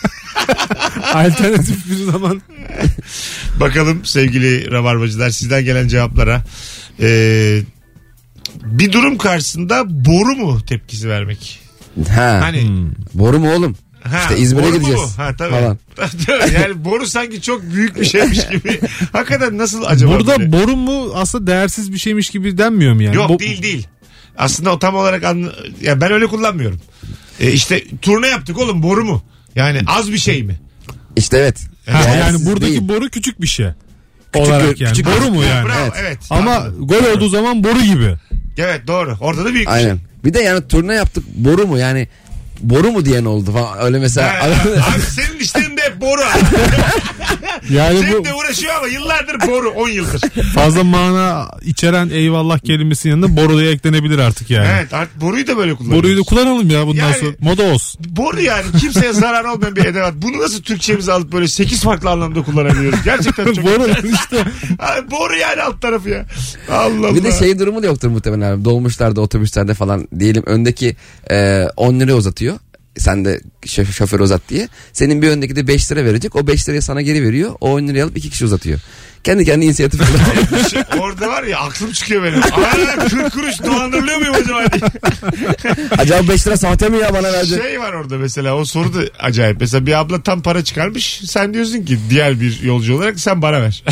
Alternatif bir zaman. Bakalım sevgili Rabarbacılar sizden gelen cevaplara. Ee, bir durum karşısında boru mu tepkisi vermek? Ha. Hani Hmm. Boru mu oğlum? ha, İşte İzmir'e boru mu gideceğiz. bu? Ha tabii. Falan. Yani boru sanki çok büyük bir şeymiş gibi. Hakikaten nasıl acaba? Burada böyle? boru mu aslında değersiz bir şeymiş gibi denmiyor mu yani? Yok Bo- değil değil. Aslında o tam olarak anla... ya ben öyle kullanmıyorum. Ee, işte turne yaptık oğlum, boru mu? Yani az bir şey mi? İşte evet. Ha, yani Değersiz buradaki değil. boru küçük bir şey. Küçük olarak bir- yani. küçük boru mu yani? Bravo, Evet. evet. Ama Anladım. gol olduğu zaman boru gibi. Evet doğru. Orada da büyük bir şey. Aynen. Bir de yani turne yaptık, boru mu yani, boru mu diyen oldu falan öyle mesela. Ha, abi senin işlerin de hep boru. Yani bu Cem de uğraşıyor ama yıllardır boru. on yıldır. fazla mana içeren eyvallah kelimesinin yanında boru da eklenebilir artık yani. Evet artık boruyu da böyle kullanıyoruz. Boruyu da kullanalım ya bundan Yani- sonra. Moda olsun. Boru yani kimseye zarar olmayan bir edevat. Bunu nasıl Türkçemize alıp böyle sekiz farklı anlamda kullanabiliyoruz? Gerçekten çok. Boru işte. Abi boru yani alt tarafı ya. Allah Allah. Bir de şey durumu da yoktur muhtemelen abi. Dolmuşlarda, otobüslerde falan diyelim öndeki e, on lira uzatıyor. Sen de şoför, şoför uzat diye. Senin bir öndeki de beş lira verecek. O beş lirayı sana geri veriyor. O on lirayı alıp iki kişi uzatıyor. Kendi kendi inisiyatif kullanıyor. Şey, orada var ya aklım çıkıyor benim. Aa kırk kuruş dolandırılıyor muyum acaba diye. Acaba beş lira sahte mi ya bana verecek? Şey var orada mesela, o soru da acayip. Mesela bir abla tam para çıkarmış. Sen diyorsun ki diğer bir yolcu olarak sen bana ver.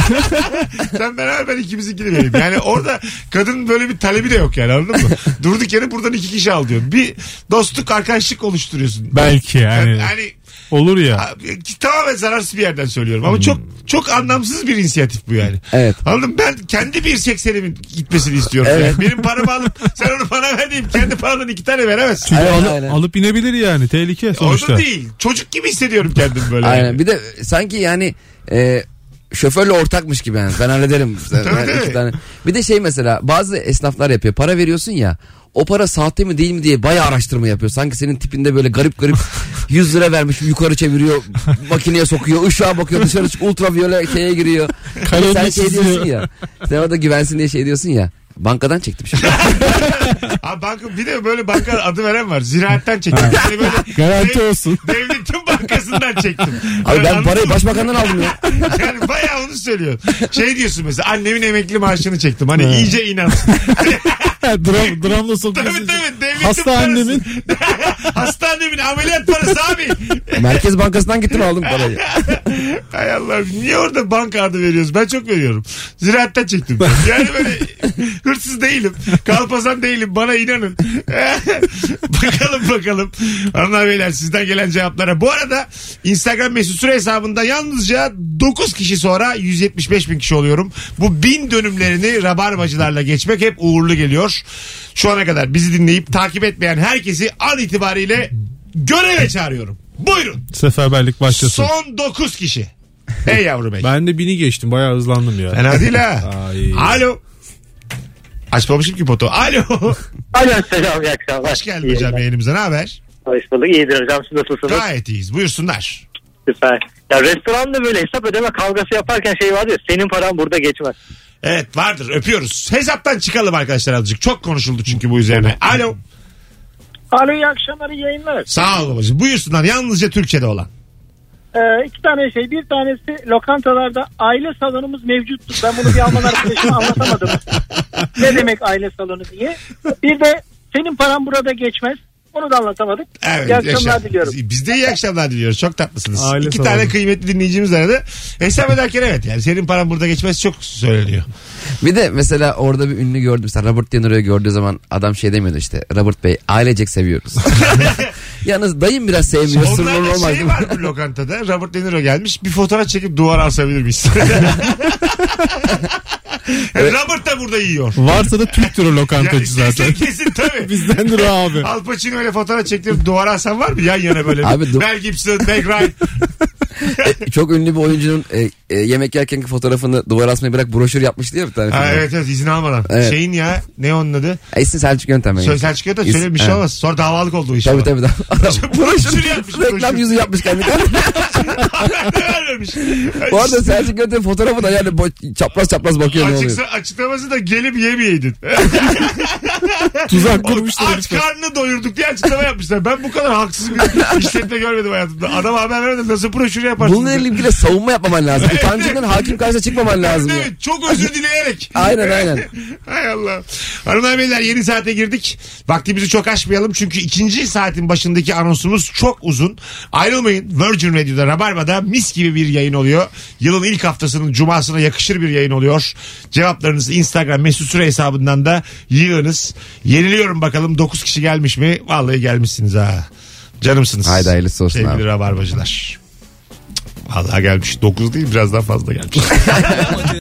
Sen beraber ben ikimizinkini vereyim. Yani orada kadının böyle bir talebi de yok yani, anladın mı? Durduk yere buradan iki kişi al diyor. Bir dostluk, arkadaşlık oluşturuyorsun. Belki yani. Yani, hani Olur ya. abi, tamamen zararsız bir yerden söylüyorum ama çok çok anlamsız bir inisiyatif bu yani. Evet. Anladın mı? Ben kendi bir seksenimin gitmesini istiyorum. Evet. Yani. Benim paramı alıp sen onu bana ver diyeyim, kendi parandan iki tane veremezsin. Çünkü Aynen, alı- aynen. alıp inebilir yani. Tehlike sonuçta. Orada değil. Çocuk gibi hissediyorum kendimi böyle. Aynen. Yani. Bir de sanki yani e, şoförle ortakmış gibi yani. Ben hallederim. Ben Tabii, iki tabii. tane. Bir de şey mesela bazı esnaflar yapıyor. Para veriyorsun ya. O para sahte mi değil mi diye bayağı araştırma yapıyor. Sanki senin tipinde böyle garip garip yüz lira vermiş, yukarı çeviriyor, makineye sokuyor, ışığa bakıyor, dışarı çık, ultraviyole şeye giriyor. Kalemi Sen şey çiziyor. diyorsun ya. Sen orada güvensin diye şey diyorsun ya. Bankadan çektim şimdi. Abi banka, bir de böyle banka adı veren var. Ziraatten çektim. Yani böyle Garanti dev- olsun. Devletin bankasından çektim. Abi Böyle ben anladın parayı mı? başbakandan aldım ya. Yani bayağı onu söylüyor. Şey diyorsun mesela, annemin emekli maaşını çektim. Hani iyice inansın. Dram, dramla sokuyorsun. Tabii tabii. Devletin Hasta parası. annemin. Hasta annemin ameliyat parası abi. Merkez Bankası'ndan gittim aldım parayı. Hay Allah. Niye orada banka adı veriyoruz? Ben çok veriyorum. Ziraatten çektim. Yani böyle hırsız değilim. Kalpazan değilim. Bana inanın. bakalım bakalım. Hanımlar beyler sizden gelen cevaplara. Bu arada Instagram mesut süre hesabında yalnızca dokuz kişi sonra yüz yetmiş beş bin kişi oluyorum. Bu bin dönümlerini rabarbacılarla geçmek hep uğurlu geliyor. Şu ana kadar bizi dinleyip takip etmeyen herkesi an itibariyle göreve çağırıyorum. Buyurun. Seferberlik başlasın. Son dokuz kişi. Hey yavrum hey. Ben de bini geçtim. Bayağı hızlandım ya. Fena değil ha. Ay. Alo. Açmamışım ki potu. Alo. Alo selam iyi akşamlar. Hoş geldin hocam yayınımıza. Ne haber? Hoş bulduk. İyidir hocam. Siz nasılsınız? Gayet iyiyiz. Buyursunlar. Süper. Ya restoranda böyle hesap ödeme kavgası yaparken şey var ya, senin paran burada geçmez. Evet vardır. Öpüyoruz. Hesaptan çıkalım arkadaşlar azıcık. Çok konuşuldu çünkü bu üzerine. Alo. Alo iyi akşamlar, iyi yayınlar. Sağ ol babacığım. Buyursunlar. Yalnızca Türkçe'de olan. Ee, iki tane şey. Bir tanesi lokantalarda aile salonumuz mevcuttu. Ben bunu bir Alman arkadaşıma anlatamadım. Ne demek aile salonu diye. Bir de senin paran burada geçmez. Onu da anlatamadık. Evet, iyi akşamlar yaşa. diliyorum. Biz de iyi akşamlar diliyoruz. Çok tatlısınız. Aile İki salonu. tane kıymetli dinleyicimiz aradı. Hesap ederken evet yani senin paran burada geçmez çok söyleniyor. Bir de mesela orada bir ünlü gördüm. Mesela Robert De Niro'yu gördüğü zaman adam şey demiyordu işte. Robert Bey ailecek seviyoruz. Yalnız dayım biraz sevmiyor. Sırrın Onlarda olmaz. şey var bu lokantada. Robert De Niro gelmiş. Bir fotoğraf çekip duvara asabilir miyiz? Yani Robert da burada yiyor. Varsa da Türktür o lokantacı Yani zaten. kesin kesin tabii. Bizdendir o abi. Al Pacino öyle fotoğraf çektirip duvara asan var mı? Yan yana böyle. Abi du- Mel Gibson, Meg Ryan. E, çok ünlü bir oyuncunun e, e, yemek yerkenki fotoğrafını duvara asmayı bırak broşür yapmıştı ya bir tane. Ha, filmde. evet evet izin almadan. Evet. Şeyin ya ne onun adı? E, İsmi Selçuk Yöntem. Söyle Selçuk da İs- söyle bir şey evet. olmaz. Sonra davalık oldu o iş. Tabii tabii. Adam Broşür yapmış. reklam broşür. yüzü yapmış kendi kendine. Ne vermemiş? Bu arada Selçuk Yöntem fotoğrafı da yani bo- çapraz çapraz bakıyor ne oluyor. Açıksa, açıklaması da gelip yemeyeydin. Tuzak kurmuşlar. Aç herifler. karnını doyurduk diye açıklama yapmışlar. Ben bu kadar haksız bir işletme görmedim hayatımda. Adam haber vermeden nasıl broşür yaparsın? Bununla ilgili de savunma yapmaman lazım. Utancından hakim karşısına çıkmaman lazım. Evet, ya. evet, çok özür dileyerek. Aynen aynen. Hay Allah. Hanımlar beyler yeni saate girdik. Vaktimizi çok aşmayalım. Çünkü ikinci saatin başındaki anonsumuz çok uzun. Ayrılmayın. Virgin Radio'da Rabarba'da mis gibi bir yayın oluyor. Yılın ilk haftasının cumasına yakışır bir yayın oluyor. Cevaplarınızı Instagram mesut süre hesabından da yığınız. Yeniliyorum bakalım dokuz kişi gelmiş mi? Vallahi gelmişsiniz ha. Canımsınız. Haydi hayırlısı olsun Sevgili abi. Rabarbacılar. Vallahi gelmiş. dokuz değil biraz daha fazla gelmiş.